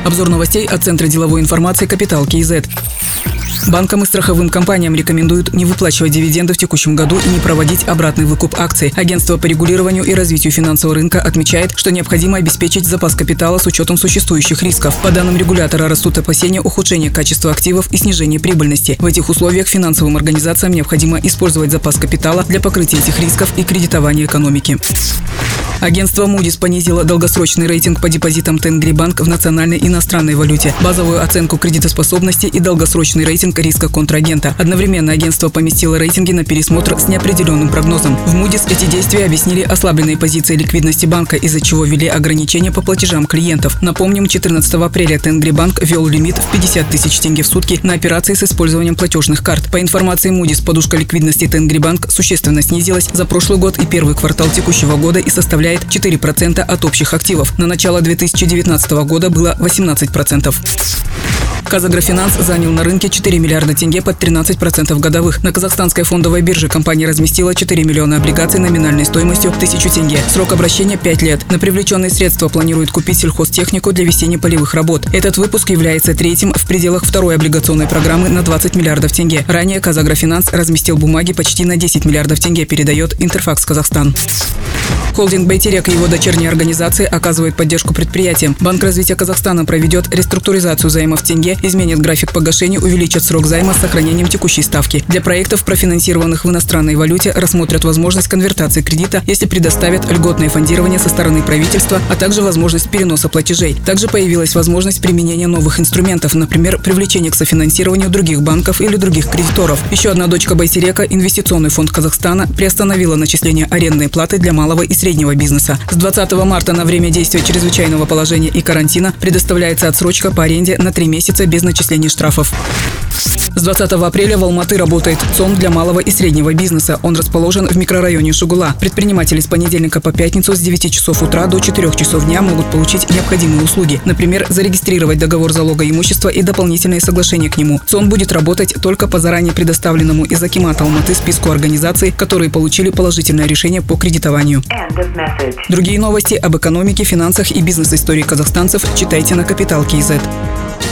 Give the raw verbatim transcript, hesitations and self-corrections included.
Обзор новостей от Центра деловой информации «Капитал КИЗ». Банкам и страховым компаниям рекомендуют не выплачивать дивиденды в текущем году и не проводить обратный выкуп акций. Агентство по регулированию и развитию финансового рынка отмечает, что необходимо обеспечить запас капитала с учетом существующих рисков. По данным регулятора, растут опасения ухудшения качества активов и снижения прибыльности. В этих условиях финансовым организациям необходимо использовать запас капитала для покрытия этих рисков и кредитования экономики. Агентство Moody's понизило долгосрочный рейтинг по депозитам Тенгри Банк в национальной и иностранной валюте, базовую оценку кредитоспособности и долгосрочный рейтинг риска контрагента. Одновременно агентство поместило рейтинги на пересмотр с неопределенным прогнозом. В Moody's эти действия объяснили ослабленной позицией ликвидности банка, из-за чего ввели ограничения по платежам клиентов. Напомним, четырнадцатого апреля Тенгри Банк ввел лимит в пятьдесят тысяч тенге в сутки на операции с использованием платежных карт. По информации Moody's, подушка ликвидности Тенгри Банк существенно снизилась за прошлый год и первый квартал текущего года и составляет четыре процента от общих активов. На начало две тысячи девятнадцатого года было восемнадцать процентов. Казагрофинанс занял на рынке четыре миллиарда тенге под тринадцать процентов годовых. На казахстанской фондовой бирже компания разместила четыре миллиона облигаций номинальной стоимостью тысячу тенге. Срок обращения пять лет. На привлеченные средства планирует купить сельхозтехнику для весенне-полевых работ. Этот выпуск является третьим в пределах второй облигационной программы на двадцать миллиардов тенге. Ранее Казагрофинанс разместил бумаги почти на десять миллиардов тенге, передает Интерфакс Казахстан. Холдинг Байтерек и его дочерние организации оказывают поддержку предприятиям. Банк развития Казахстана проведет реструктуризацию займов в тенге, изменит график погашения, увеличит срок займа с сохранением текущей ставки. Для проектов, профинансированных в иностранной валюте, рассмотрят возможность конвертации кредита, если предоставят льготное фондирование со стороны правительства, а также возможность переноса платежей. Также появилась возможность применения новых инструментов, например, привлечение к софинансированию других банков или других кредиторов. Еще одна дочка Байтерека, Инвестиционный фонд Казахстана, приостановила начисление арендной платы для малого и среднего бизнеса. С двадцатого марта на время действия чрезвычайного положения и карантина предоставляется отсрочка по аренде на три месяца без начисления штрафов. С двадцатого апреля в Алматы работает ЦОМ для малого и среднего бизнеса. Он расположен в микрорайоне Шугула. Предприниматели с понедельника по пятницу с девяти часов утра до четырёх часов дня могут получить необходимые услуги. Например, зарегистрировать договор залога имущества и дополнительные соглашения к нему. ЦОМ будет работать только по заранее предоставленному из Акимата Алматы списку организаций, которые получили положительное решение по кредитованию. Другие новости об экономике, финансах и бизнес-истории казахстанцев читайте на Капитал КИЗ.